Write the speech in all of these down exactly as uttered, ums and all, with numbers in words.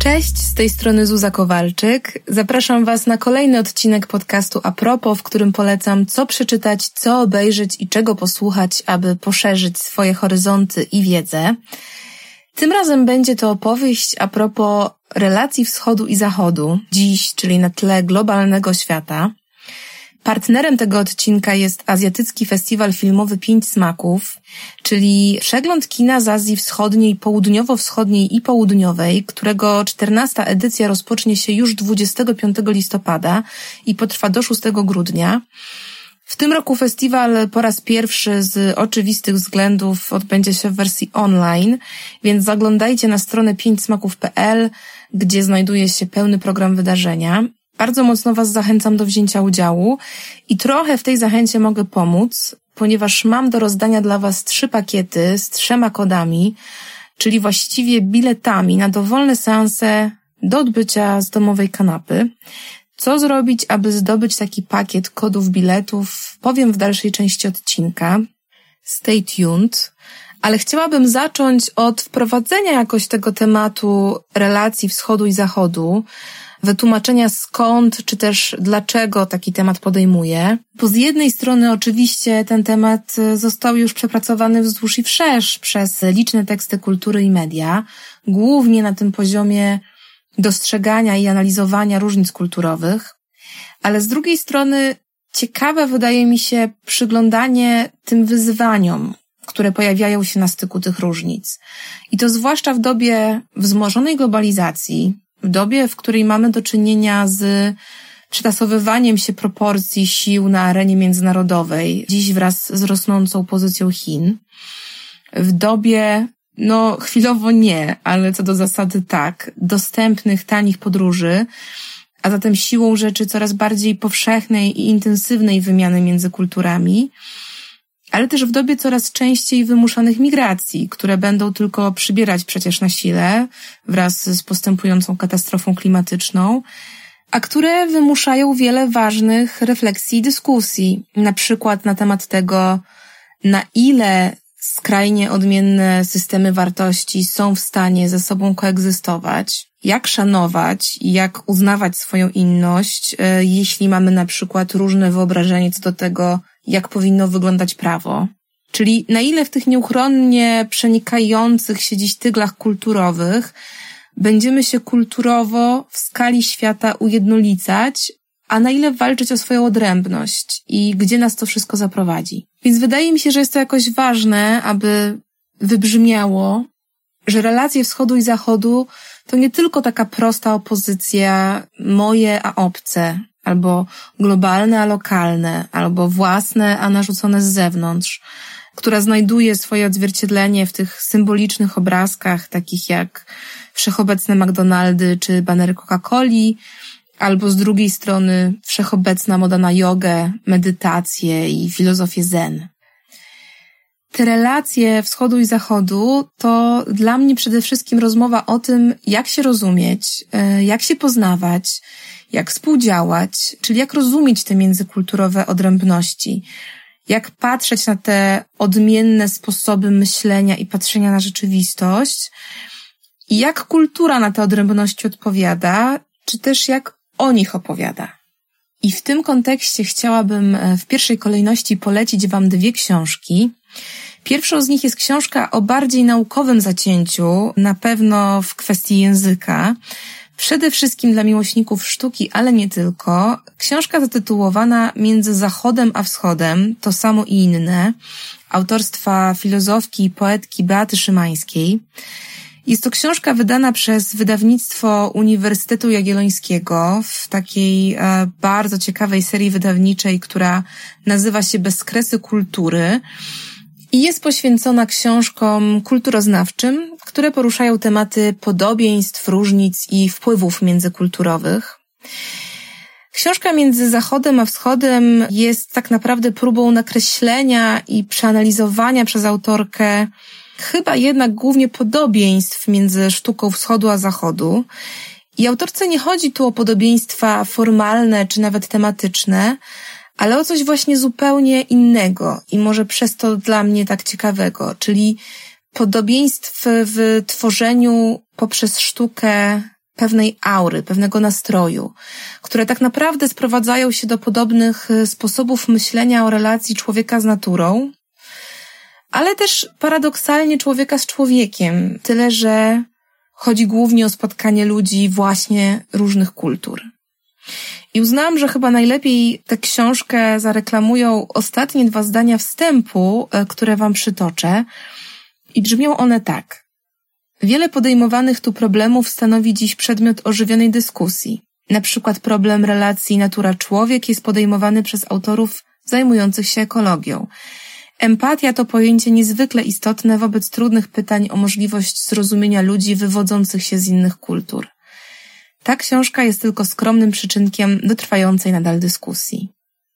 Cześć, z tej strony Zuza Kowalczyk. Zapraszam Was na kolejny odcinek podcastu A propos, w którym polecam, co przeczytać, co obejrzeć i czego posłuchać, aby poszerzyć swoje horyzonty i wiedzę. Tym razem będzie to opowieść a propos relacji wschodu i zachodu, dziś, czyli na tle globalnego świata. Partnerem tego odcinka jest Azjatycki Festiwal Filmowy Pięć Smaków, czyli przegląd kina z Azji Wschodniej, Południowo-Wschodniej i Południowej, którego czternasta edycja rozpocznie się już dwudziestego piątego listopada i potrwa do szóstego grudnia. W tym roku festiwal po raz pierwszy z oczywistych względów odbędzie się w wersji online, więc zaglądajcie na stronę pięć smaków kropka p l, gdzie znajduje się pełny program wydarzenia. Bardzo mocno Was zachęcam do wzięcia udziału i trochę w tej zachęcie mogę pomóc, ponieważ mam do rozdania dla Was trzy pakiety z trzema kodami, czyli właściwie biletami na dowolne seanse do odbycia z domowej kanapy. Co zrobić, aby zdobyć taki pakiet kodów biletów, powiem w dalszej części odcinka. Stay tuned. Ale chciałabym zacząć od wprowadzenia jakoś tego tematu relacji wschodu i zachodu, wytłumaczenia skąd, czy też dlaczego taki temat podejmuję. Bo z jednej strony oczywiście ten temat został już przepracowany wzdłuż i wszerz przez liczne teksty kultury i media, głównie na tym poziomie dostrzegania i analizowania różnic kulturowych, ale z drugiej strony ciekawe wydaje mi się przyglądanie tym wyzwaniom, które pojawiają się na styku tych różnic. I to zwłaszcza w dobie wzmożonej globalizacji, w dobie, w której mamy do czynienia z przetasowywaniem się proporcji sił na arenie międzynarodowej, dziś wraz z rosnącą pozycją Chin, w dobie, no chwilowo nie, ale co do zasady tak, dostępnych, tanich podróży, a zatem siłą rzeczy coraz bardziej powszechnej i intensywnej wymiany między kulturami, ale też w dobie coraz częściej wymuszanych migracji, które będą tylko przybierać przecież na sile wraz z postępującą katastrofą klimatyczną, a które wymuszają wiele ważnych refleksji i dyskusji, na przykład na temat tego, na ile skrajnie odmienne systemy wartości są w stanie ze sobą koegzystować, jak szanować i jak uznawać swoją inność, jeśli mamy na przykład różne wyobrażenie co do tego, jak powinno wyglądać prawo. Czyli na ile w tych nieuchronnie przenikających się dziś tyglach kulturowych będziemy się kulturowo w skali świata ujednolicać, a na ile walczyć o swoją odrębność i gdzie nas to wszystko zaprowadzi. Więc wydaje mi się, że jest to jakoś ważne, aby wybrzmiało, że relacje wschodu i zachodu to nie tylko taka prosta opozycja moje a obce, albo globalne a lokalne, albo własne a narzucone z zewnątrz, która znajduje swoje odzwierciedlenie w tych symbolicznych obrazkach, takich jak wszechobecne McDonaldy czy banery Coca-Coli, albo z drugiej strony wszechobecna moda na jogę, medytację i filozofię zen. Te relacje wschodu i zachodu to dla mnie przede wszystkim rozmowa o tym, jak się rozumieć, jak się poznawać, jak współdziałać, czyli jak rozumieć te międzykulturowe odrębności, jak patrzeć na te odmienne sposoby myślenia i patrzenia na rzeczywistość i jak kultura na te odrębności odpowiada, czy też jak o nich opowiada. I w tym kontekście chciałabym w pierwszej kolejności polecić Wam dwie książki. Pierwszą z nich jest książka o bardziej naukowym zacięciu, na pewno w kwestii języka, przede wszystkim dla miłośników sztuki, ale nie tylko. Książka zatytułowana Między Zachodem a Wschodem, to samo i inne, autorstwa filozofki i poetki Beaty Szymańskiej. Jest to książka wydana przez wydawnictwo Uniwersytetu Jagiellońskiego w takiej e, bardzo ciekawej serii wydawniczej, która nazywa się Bezkresy kultury i jest poświęcona książkom kulturoznawczym, które poruszają tematy podobieństw, różnic i wpływów międzykulturowych. Książka Między Zachodem a Wschodem jest tak naprawdę próbą nakreślenia i przeanalizowania przez autorkę chyba jednak głównie podobieństw między sztuką wschodu a zachodu. I autorce nie chodzi tu o podobieństwa formalne czy nawet tematyczne, ale o coś właśnie zupełnie innego i może przez to dla mnie tak ciekawego, czyli podobieństw w tworzeniu poprzez sztukę pewnej aury, pewnego nastroju, które tak naprawdę sprowadzają się do podobnych sposobów myślenia o relacji człowieka z naturą, ale też paradoksalnie człowieka z człowiekiem, tyle że chodzi głównie o spotkanie ludzi właśnie różnych kultur. I uznałam, że chyba najlepiej tę książkę zareklamują ostatnie dwa zdania wstępu, które wam przytoczę. I brzmią one tak. Wiele podejmowanych tu problemów stanowi dziś przedmiot ożywionej dyskusji. Na przykład problem relacji natura-człowiek jest podejmowany przez autorów zajmujących się ekologią. Empatia to pojęcie niezwykle istotne wobec trudnych pytań o możliwość zrozumienia ludzi wywodzących się z innych kultur. Ta książka jest tylko skromnym przyczynkiem do trwającej nadal dyskusji.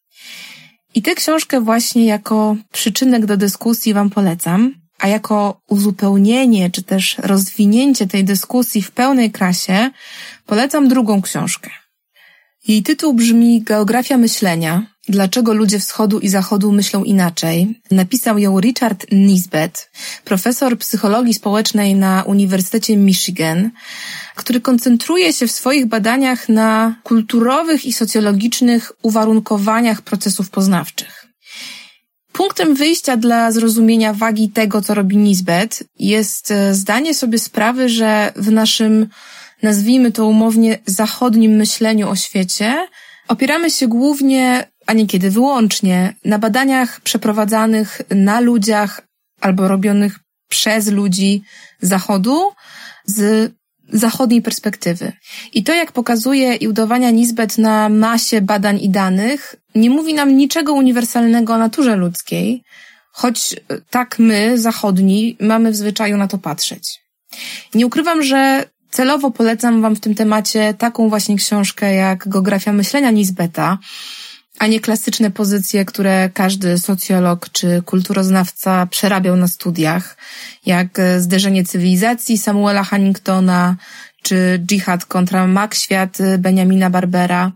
I tę książkę właśnie jako przyczynek do dyskusji wam polecam, a jako uzupełnienie czy też rozwinięcie tej dyskusji w pełnej krasie polecam drugą książkę. Jej tytuł brzmi Geografia myślenia. Dlaczego ludzie wschodu i zachodu myślą inaczej? Napisał ją Richard Nisbett, profesor psychologii społecznej na Uniwersytecie Michigan, który koncentruje się w swoich badaniach na kulturowych i socjologicznych uwarunkowaniach procesów poznawczych. Punktem wyjścia dla zrozumienia wagi tego, co robi Nisbett, jest zdanie sobie sprawy, że w naszym, nazwijmy to umownie, zachodnim myśleniu o świecie opieramy się głównie, a niekiedy wyłącznie, na badaniach przeprowadzanych na ludziach albo robionych przez ludzi Zachodu z zachodniej perspektywy. I to, jak pokazuje i udowania Nisbett na masie badań i danych, nie mówi nam niczego uniwersalnego o naturze ludzkiej, choć tak my, zachodni, mamy w zwyczaju na to patrzeć. Nie ukrywam, że celowo polecam wam w tym temacie taką właśnie książkę jak Geografia myślenia Nisbetta, a nie klasyczne pozycje, które każdy socjolog czy kulturoznawca przerabiał na studiach, jak Zderzenie cywilizacji Samuela Huntingtona czy Dżihad kontra Makświat Benjamina Barbera.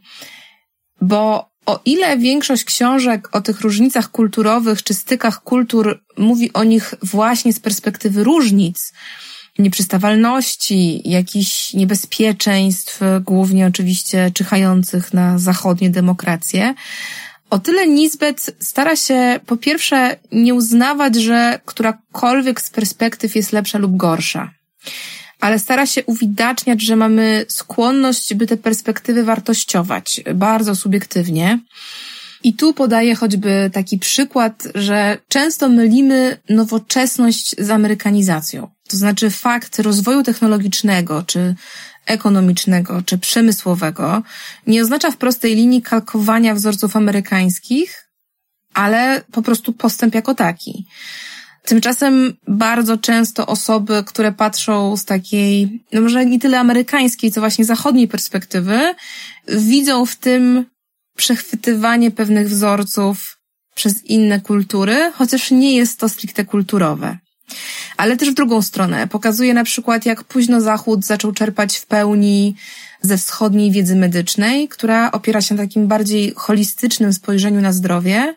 Bo o ile większość książek o tych różnicach kulturowych czy stykach kultur mówi o nich właśnie z perspektywy różnic, nieprzystawalności, jakichś niebezpieczeństw, głównie oczywiście czyhających na zachodnie demokracje, o tyle Nisbett stara się po pierwsze nie uznawać, że którakolwiek z perspektyw jest lepsza lub gorsza, ale stara się uwidaczniać, że mamy skłonność, by te perspektywy wartościować bardzo subiektywnie. I tu podaję choćby taki przykład, że często mylimy nowoczesność z amerykanizacją. To znaczy fakt rozwoju technologicznego, czy ekonomicznego, czy przemysłowego nie oznacza w prostej linii kalkowania wzorców amerykańskich, ale po prostu postęp jako taki. Tymczasem bardzo często osoby, które patrzą z takiej, no może nie tyle amerykańskiej, co właśnie zachodniej perspektywy, widzą w tym przechwytywanie pewnych wzorców przez inne kultury, chociaż nie jest to stricte kulturowe. Ale też w drugą stronę. Pokazuje na przykład, jak późno Zachód zaczął czerpać w pełni ze wschodniej wiedzy medycznej, która opiera się na takim bardziej holistycznym spojrzeniu na zdrowie.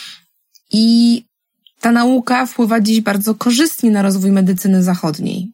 I ta nauka wpływa dziś bardzo korzystnie na rozwój medycyny zachodniej.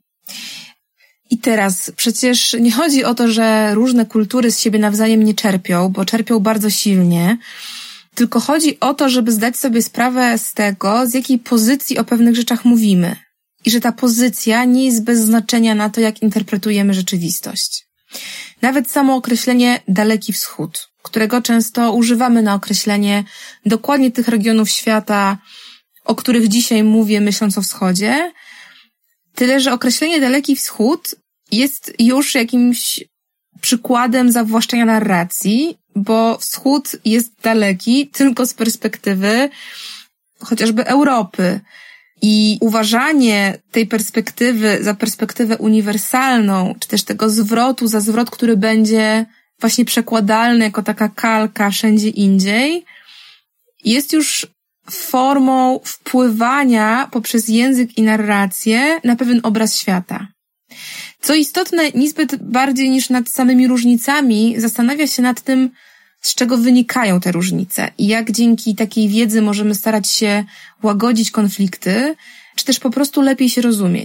I teraz przecież nie chodzi o to, że różne kultury z siebie nawzajem nie czerpią, bo czerpią bardzo silnie, tylko chodzi o to, żeby zdać sobie sprawę z tego, z jakiej pozycji o pewnych rzeczach mówimy. I że ta pozycja nie jest bez znaczenia na to, jak interpretujemy rzeczywistość. Nawet samo określenie Daleki Wschód, którego często używamy na określenie dokładnie tych regionów świata, o których dzisiaj mówię, myśląc o wschodzie, tyle, że określenie Daleki Wschód jest już jakimś przykładem zawłaszczenia narracji, bo wschód jest daleki tylko z perspektywy chociażby Europy. I uważanie tej perspektywy za perspektywę uniwersalną, czy też tego zwrotu za zwrot, który będzie właśnie przekładalny jako taka kalka wszędzie indziej, jest już formą wpływania poprzez język i narrację na pewien obraz świata. Co istotne, Nisbett bardziej niż nad samymi różnicami zastanawia się nad tym, z czego wynikają te różnice i jak dzięki takiej wiedzy możemy starać się łagodzić konflikty, czy też po prostu lepiej się rozumieć.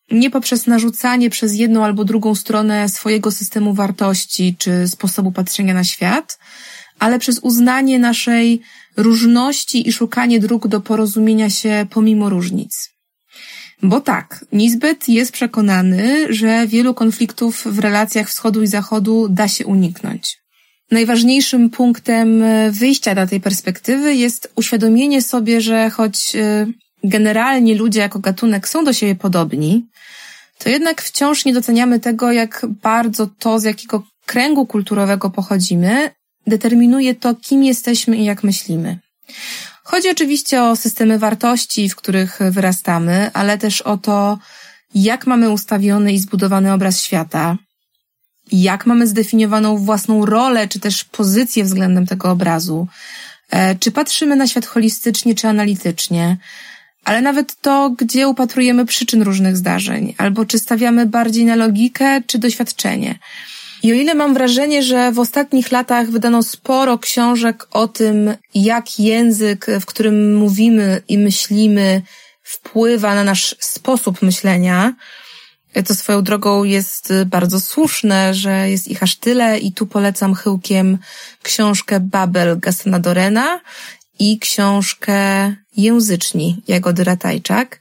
nie poprzez narzucanie przez jedną albo drugą stronę swojego systemu wartości czy sposobu patrzenia na świat, ale przez uznanie naszej różności i szukanie dróg do porozumienia się pomimo różnic. Bo tak, Nisbet jest przekonany, że wielu konfliktów w relacjach wschodu i zachodu da się uniknąć. Najważniejszym punktem wyjścia dla tej perspektywy jest uświadomienie sobie, że choć generalnie ludzie jako gatunek są do siebie podobni, to jednak wciąż nie doceniamy tego, jak bardzo to, z jakiego kręgu kulturowego pochodzimy, determinuje to, kim jesteśmy i jak myślimy. Chodzi oczywiście o systemy wartości, w których wyrastamy, ale też o to, jak mamy ustawiony i zbudowany obraz świata, jak mamy zdefiniowaną własną rolę, czy też pozycję względem tego obrazu, czy patrzymy na świat holistycznie, czy analitycznie, ale nawet to, gdzie upatrujemy przyczyn różnych zdarzeń, albo czy stawiamy bardziej na logikę, czy doświadczenie. I o ile mam wrażenie, że w ostatnich latach wydano sporo książek o tym, jak język, w którym mówimy i myślimy, wpływa na nasz sposób myślenia, to swoją drogą jest bardzo słuszne, że jest ich aż tyle i tu polecam chyłkiem książkę Babel Gastona Dorena i książkę Języczni Jagody Ratajczak.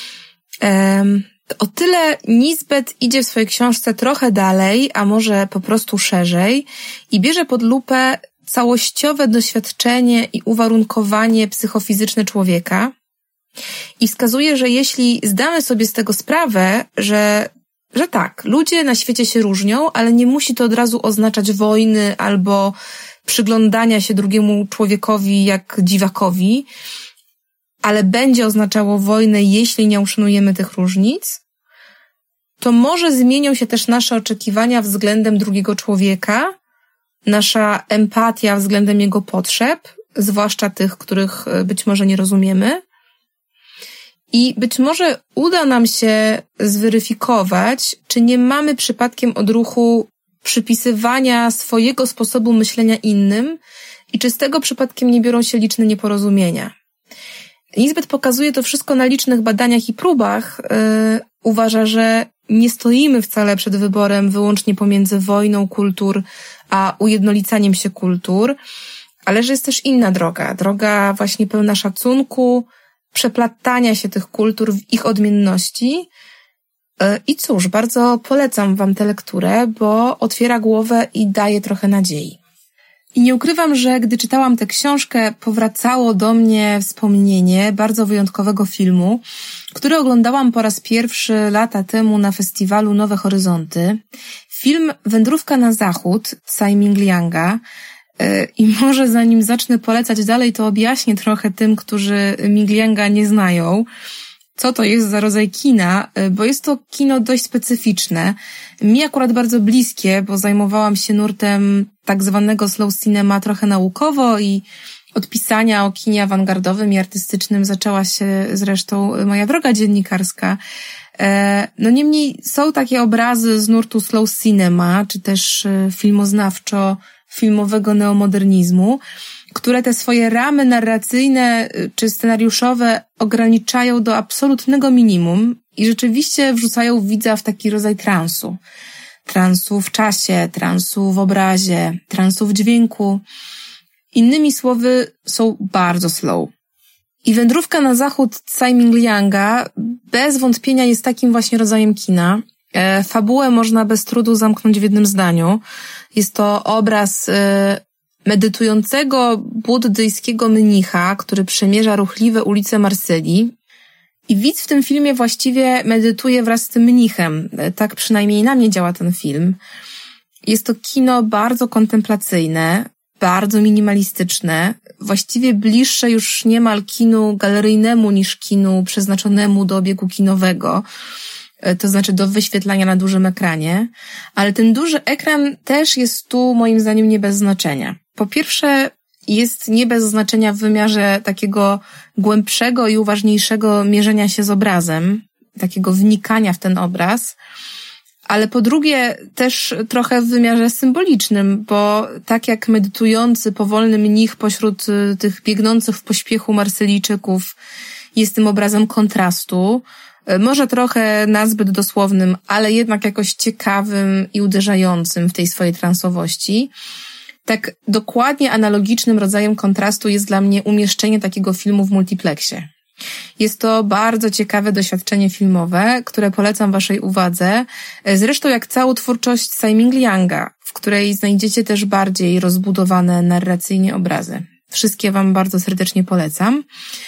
Um, O tyle Nisbet idzie w swojej książce trochę dalej, a może po prostu szerzej i bierze pod lupę całościowe doświadczenie i uwarunkowanie psychofizyczne człowieka i wskazuje, że jeśli zdamy sobie z tego sprawę, że, że tak, ludzie na świecie się różnią, ale nie musi to od razu oznaczać wojny albo przyglądania się drugiemu człowiekowi jak dziwakowi, ale będzie oznaczało wojnę, jeśli nie uszanujemy tych różnic, to może zmienią się też nasze oczekiwania względem drugiego człowieka, nasza empatia względem jego potrzeb, zwłaszcza tych, których być może nie rozumiemy. I być może uda nam się zweryfikować, czy nie mamy przypadkiem odruchu przypisywania swojego sposobu myślenia innym i czy z tego przypadkiem nie biorą się liczne nieporozumienia. Nisbet pokazuje to wszystko na licznych badaniach i próbach. Yy, uważa, że nie stoimy wcale przed wyborem wyłącznie pomiędzy wojną kultur a ujednolicaniem się kultur, ale że jest też inna droga. Droga właśnie pełna szacunku, przeplatania się tych kultur w ich odmienności. Yy, I cóż, bardzo polecam wam tę lekturę, bo otwiera głowę i daje trochę nadziei. I nie ukrywam, że gdy czytałam tę książkę, powracało do mnie wspomnienie bardzo wyjątkowego filmu, który oglądałam po raz pierwszy lata temu na festiwalu Nowe Horyzonty. Film Wędrówka na zachód Tsai Ming-lianga. I może zanim zacznę polecać dalej, to objaśnię trochę tym, którzy Ming-lianga nie znają, co to jest za rodzaj kina, bo jest to kino dość specyficzne. Mi akurat bardzo bliskie, bo zajmowałam się nurtem tak zwanego slow cinema trochę naukowo i od pisania o kinie awangardowym i artystycznym zaczęła się zresztą moja droga dziennikarska. No niemniej są takie obrazy z nurtu slow cinema, czy też filmoznawczo-filmowego neomodernizmu, które te swoje ramy narracyjne czy scenariuszowe ograniczają do absolutnego minimum i rzeczywiście wrzucają widza w taki rodzaj transu. Transu w czasie, transu w obrazie, transu w dźwięku. Innymi słowy, są bardzo slow. I Wędrówka na zachód Tsai Ming-lianga bez wątpienia jest takim właśnie rodzajem kina. Fabułę można bez trudu zamknąć w jednym zdaniu. Jest to obraz medytującego buddyjskiego mnicha, który przemierza ruchliwe ulice Marsylii. I widz w tym filmie właściwie medytuje wraz z tym mnichem. Tak przynajmniej na mnie działa ten film. Jest to kino bardzo kontemplacyjne, bardzo minimalistyczne, właściwie bliższe już niemal kinu galeryjnemu niż kinu przeznaczonemu do obiegu kinowego, to znaczy do wyświetlania na dużym ekranie, ale ten duży ekran też jest tu moim zdaniem nie bez znaczenia. Po pierwsze, jest nie bez znaczenia w wymiarze takiego głębszego i uważniejszego mierzenia się z obrazem, takiego wnikania w ten obraz, ale po drugie też trochę w wymiarze symbolicznym, bo tak jak medytujący, powolny mnich pośród tych biegnących w pośpiechu Marsylijczyków jest tym obrazem kontrastu, może trochę nazbyt dosłownym, ale jednak jakoś ciekawym i uderzającym w tej swojej transowości. Tak dokładnie analogicznym rodzajem kontrastu jest dla mnie umieszczenie takiego filmu w multiplexie. Jest to bardzo ciekawe doświadczenie filmowe, które polecam waszej uwadze, zresztą jak całą twórczość Tsai-Ming Lianga, w której znajdziecie też bardziej rozbudowane narracyjnie obrazy. Wszystkie wam bardzo serdecznie polecam.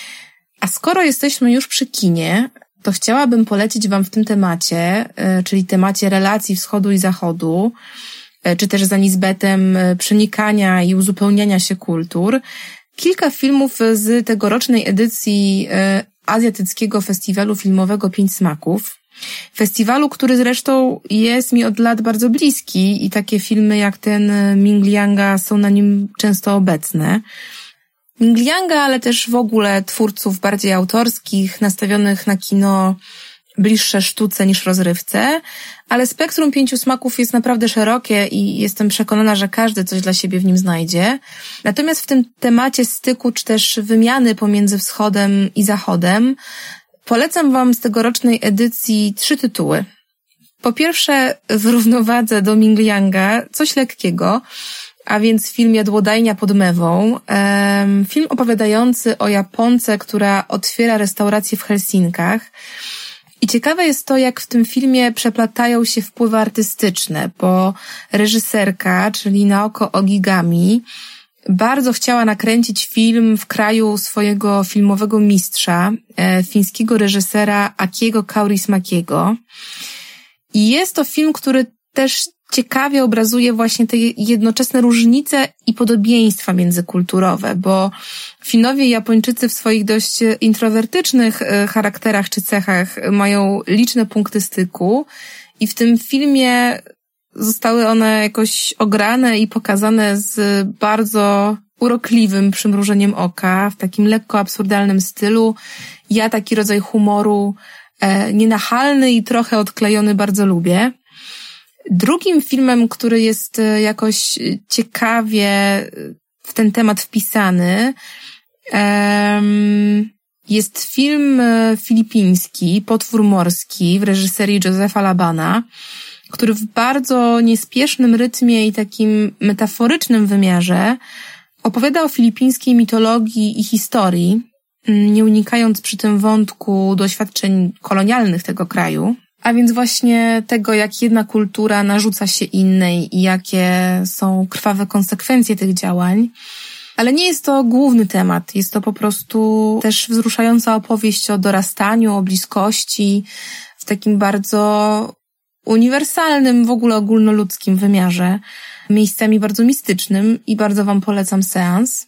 A skoro jesteśmy już przy kinie, to chciałabym polecić wam w tym temacie, czyli temacie relacji wschodu i zachodu, czy też za Nisbetem przenikania i uzupełniania się kultur, kilka filmów z tegorocznej edycji Azjatyckiego Festiwalu Filmowego Pięć Smaków. Festiwalu, który zresztą jest mi od lat bardzo bliski i takie filmy jak ten Ming Lianga są na nim często obecne. Ming Lianga, ale też w ogóle twórców bardziej autorskich, nastawionych na kino bliższe sztuce niż rozrywce, ale spektrum Pięciu Smaków jest naprawdę szerokie i jestem przekonana, że każdy coś dla siebie w nim znajdzie. Natomiast w tym temacie styku, czy też wymiany pomiędzy wschodem i zachodem, polecam wam z tegorocznej edycji trzy tytuły. Po pierwsze, w równowadze do Ming Lianga coś lekkiego, a więc film Jadłodajnia pod Mewą. Film opowiadający o Japonce, która otwiera restaurację w Helsinkach. I ciekawe jest to, jak w tym filmie przeplatają się wpływy artystyczne, bo reżyserka, czyli Naoko Ogigami, bardzo chciała nakręcić film w kraju swojego filmowego mistrza, fińskiego reżysera Akiego Kaurismäkiego. I jest to film, który też ciekawie obrazuje właśnie te jednoczesne różnice i podobieństwa międzykulturowe, bo Finowie i Japończycy w swoich dość introwertycznych charakterach czy cechach mają liczne punkty styku i w tym filmie zostały one jakoś ograne i pokazane z bardzo urokliwym przymrużeniem oka, w takim lekko absurdalnym stylu. Ja taki rodzaj humoru nienachalny i trochę odklejony bardzo lubię. Drugim filmem, który jest jakoś ciekawie w ten temat wpisany, jest film filipiński, Potwór morski w reżyserii Josepha Labana, który w bardzo niespiesznym rytmie i takim metaforycznym wymiarze opowiada o filipińskiej mitologii i historii, nie unikając przy tym wątku doświadczeń kolonialnych tego kraju. A więc właśnie tego, jak jedna kultura narzuca się innej i jakie są krwawe konsekwencje tych działań. Ale nie jest to główny temat. Jest to po prostu też wzruszająca opowieść o dorastaniu, o bliskości, w takim bardzo uniwersalnym, w ogóle ogólnoludzkim wymiarze. Miejscami bardzo mistycznym i bardzo wam polecam seans.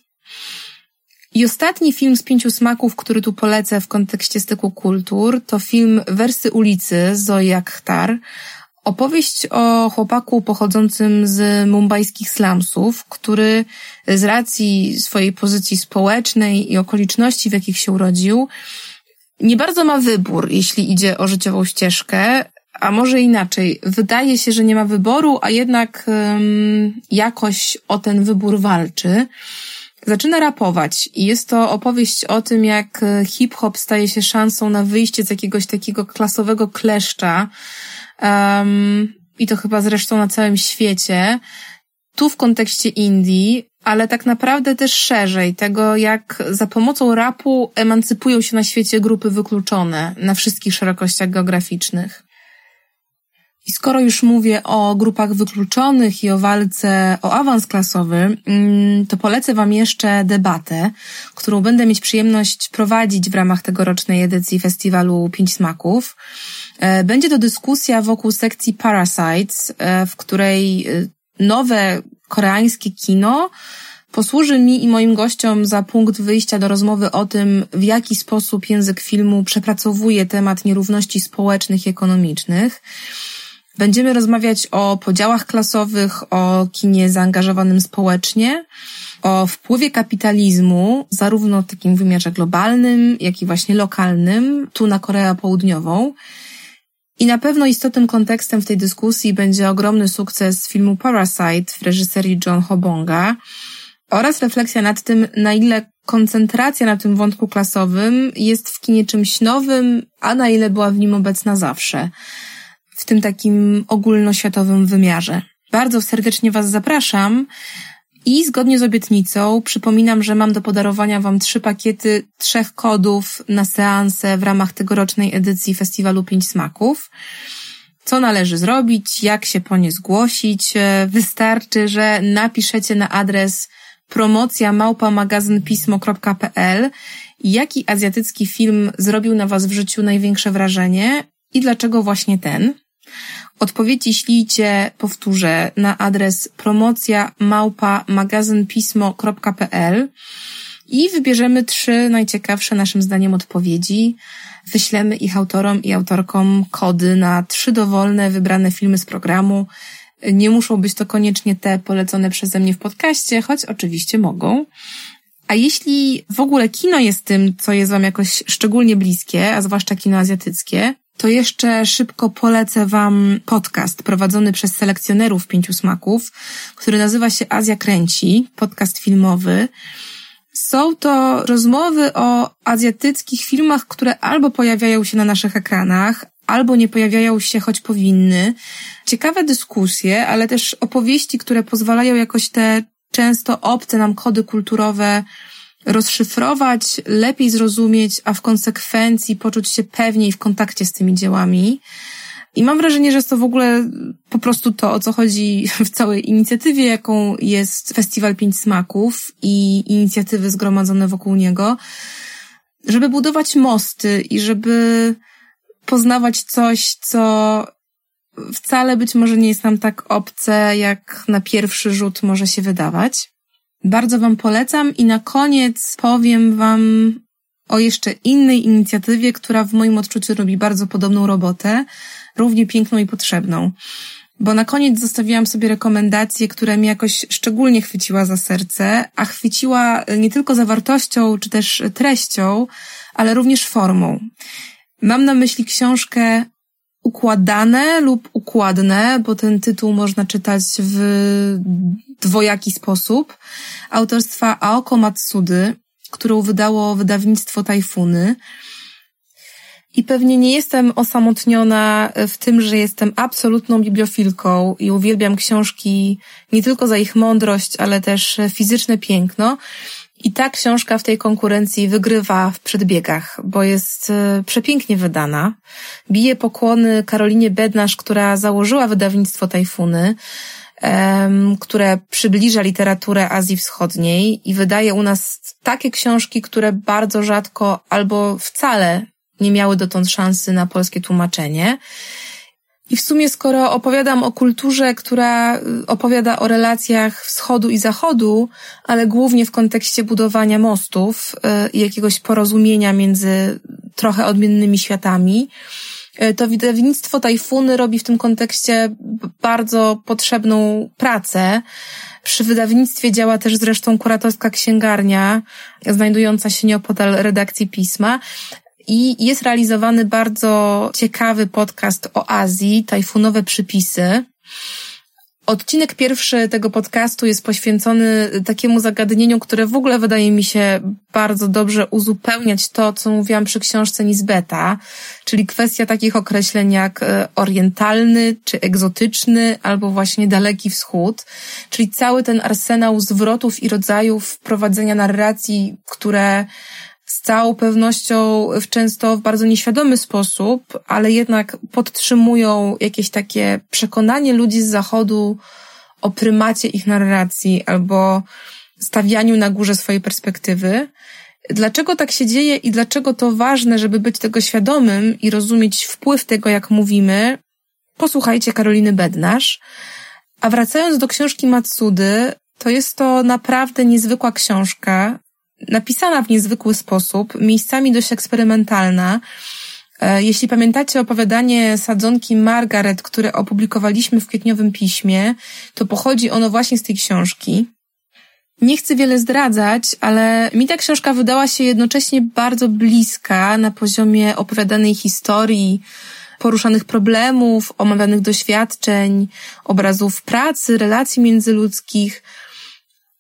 I ostatni film z Pięciu Smaków, który tu polecę w kontekście styku kultur, to film Wersy ulicy Zoi Akhtar. Opowieść o chłopaku pochodzącym z mumbajskich slumsów, który z racji swojej pozycji społecznej i okoliczności, w jakich się urodził, nie bardzo ma wybór, jeśli idzie o życiową ścieżkę, a może inaczej. Wydaje się, że nie ma wyboru, a jednak um, jakoś o ten wybór walczy. Zaczyna rapować i jest to opowieść o tym, jak hip-hop staje się szansą na wyjście z jakiegoś takiego klasowego kleszcza um, i to chyba zresztą na całym świecie, tu w kontekście Indii, ale tak naprawdę też szerzej, tego jak za pomocą rapu emancypują się na świecie grupy wykluczone na wszystkich szerokościach geograficznych. I skoro już mówię o grupach wykluczonych i o walce o awans klasowy, to polecę wam jeszcze debatę, którą będę mieć przyjemność prowadzić w ramach tegorocznej edycji festiwalu Pięć Smaków. Będzie to dyskusja wokół sekcji Parasites, w której nowe koreańskie kino posłuży mi i moim gościom za punkt wyjścia do rozmowy o tym, w jaki sposób język filmu przepracowuje temat nierówności społecznych i ekonomicznych. Będziemy rozmawiać o podziałach klasowych, o kinie zaangażowanym społecznie, o wpływie kapitalizmu, zarówno w takim wymiarze globalnym, jak i właśnie lokalnym, tu na Koreę Południową. I na pewno istotnym kontekstem w tej dyskusji będzie ogromny sukces filmu Parasite w reżyserii John Ho Bonga oraz refleksja nad tym, na ile koncentracja na tym wątku klasowym jest w kinie czymś nowym, a na ile była w nim obecna zawsze, w tym takim ogólnoświatowym wymiarze. Bardzo serdecznie Was zapraszam i zgodnie z obietnicą przypominam, że mam do podarowania Wam trzy pakiety trzech kodów na seanse w ramach tegorocznej edycji Festiwalu Pięć Smaków. Co należy zrobić, jak się po nie zgłosić? Wystarczy, że napiszecie na adres promocja małpa magazynpismo kropka pe el, jaki azjatycki film zrobił na Was w życiu największe wrażenie i dlaczego właśnie ten. Odpowiedzi ślijcie, powtórzę, na adres promocja małpa magazynpismo kropka pe el i wybierzemy trzy najciekawsze naszym zdaniem odpowiedzi. Wyślemy ich autorom i autorkom kody na trzy dowolne, wybrane filmy z programu. Nie muszą być to koniecznie te polecone przeze mnie w podcaście, choć oczywiście mogą. A jeśli w ogóle kino jest tym, co jest Wam jakoś szczególnie bliskie, a zwłaszcza kino azjatyckie, to jeszcze szybko polecę Wam podcast prowadzony przez selekcjonerów Pięciu Smaków, który nazywa się Azja Kręci, podcast filmowy. Są to rozmowy o azjatyckich filmach, które albo pojawiają się na naszych ekranach, albo nie pojawiają się, choć powinny. Ciekawe dyskusje, ale też opowieści, które pozwalają jakoś te często obce nam kody kulturowe rozszyfrować, lepiej zrozumieć, a w konsekwencji poczuć się pewniej w kontakcie z tymi dziełami. I mam wrażenie, że jest to w ogóle po prostu to, o co chodzi w całej inicjatywie, jaką jest Festiwal Pięć Smaków i inicjatywy zgromadzone wokół niego, żeby budować mosty i żeby poznawać coś, co wcale być może nie jest nam tak obce, jak na pierwszy rzut może się wydawać. Bardzo Wam polecam i na koniec powiem Wam o jeszcze innej inicjatywie, która w moim odczuciu robi bardzo podobną robotę, równie piękną i potrzebną. Bo na koniec zostawiłam sobie rekomendację, która mnie jakoś szczególnie chwyciła za serce, a chwyciła nie tylko zawartością czy też treścią, ale również formą. Mam na myśli książkę Układane lub Układne, bo ten tytuł można czytać w dwojaki sposób, autorstwa Aoko Matsudy, którą wydało wydawnictwo Tajfuny. I pewnie nie jestem osamotniona w tym, że jestem absolutną bibliofilką i uwielbiam książki nie tylko za ich mądrość, ale też fizyczne piękno. I ta książka w tej konkurencji wygrywa w przedbiegach, bo jest przepięknie wydana. Bije pokłony Karolinie Bednarz, która założyła wydawnictwo Tajfuny, um, które przybliża literaturę Azji Wschodniej i wydaje u nas takie książki, które bardzo rzadko albo wcale nie miały dotąd szansy na polskie tłumaczenie. I w sumie skoro opowiadam o kulturze, która opowiada o relacjach wschodu i zachodu, ale głównie w kontekście budowania mostów i jakiegoś porozumienia między trochę odmiennymi światami, to wydawnictwo Tajfuny robi w tym kontekście bardzo potrzebną pracę. Przy wydawnictwie działa też zresztą kuratorska księgarnia, znajdująca się nieopodal redakcji pisma. I jest realizowany bardzo ciekawy podcast o Azji, tajfunowe przypisy. Odcinek pierwszy tego podcastu jest poświęcony takiemu zagadnieniu, które w ogóle wydaje mi się bardzo dobrze uzupełniać to, co mówiłam przy książce Nisbeta, czyli kwestia takich określeń jak orientalny, czy egzotyczny, albo właśnie daleki wschód, czyli cały ten arsenał zwrotów i rodzajów prowadzenia narracji, które z całą pewnością w często w bardzo nieświadomy sposób, ale jednak podtrzymują jakieś takie przekonanie ludzi z Zachodu o prymacie ich narracji albo stawianiu na górze swojej perspektywy. Dlaczego tak się dzieje i dlaczego to ważne, żeby być tego świadomym i rozumieć wpływ tego, jak mówimy? Posłuchajcie Karoliny Bednarz. A wracając do książki Matsudy, to jest to naprawdę niezwykła książka, napisana w niezwykły sposób, miejscami dość eksperymentalna. Jeśli pamiętacie opowiadanie Sadzonki Margaret, które opublikowaliśmy w kwietniowym piśmie, to pochodzi ono właśnie z tej książki. Nie chcę wiele zdradzać, ale mi ta książka wydała się jednocześnie bardzo bliska na poziomie opowiadanej historii, poruszanych problemów, omawianych doświadczeń, obrazów pracy, relacji międzyludzkich.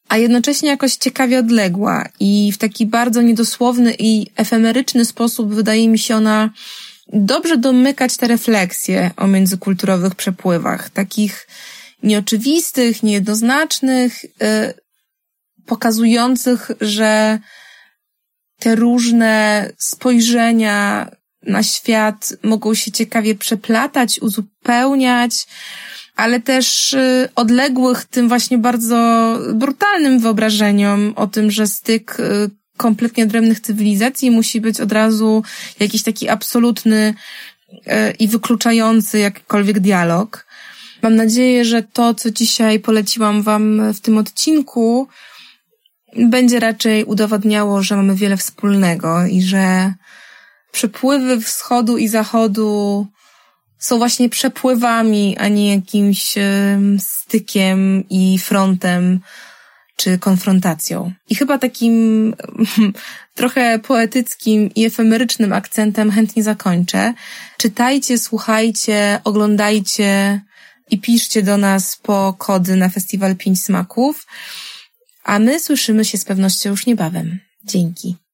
a jednocześnie jakoś ciekawie odległa i w taki bardzo niedosłowny i efemeryczny sposób wydaje mi się ona dobrze domykać te refleksje o międzykulturowych przepływach, takich nieoczywistych, niejednoznacznych, yy, pokazujących, że te różne spojrzenia na świat mogą się ciekawie przeplatać, uzupełniać, ale też odległych tym właśnie bardzo brutalnym wyobrażeniom o tym, że styk kompletnie odrębnych cywilizacji musi być od razu jakiś taki absolutny i wykluczający jakikolwiek dialog. Mam nadzieję, że to, co dzisiaj poleciłam wam w tym odcinku, będzie raczej udowadniało, że mamy wiele wspólnego i że przepływy wschodu i zachodu są właśnie przepływami, a nie jakimś stykiem i frontem czy konfrontacją. I chyba takim trochę poetyckim i efemerycznym akcentem chętnie zakończę. Czytajcie, słuchajcie, oglądajcie i piszcie do nas po kody na Festiwal Pięć Smaków, a my słyszymy się z pewnością już niebawem. Dzięki.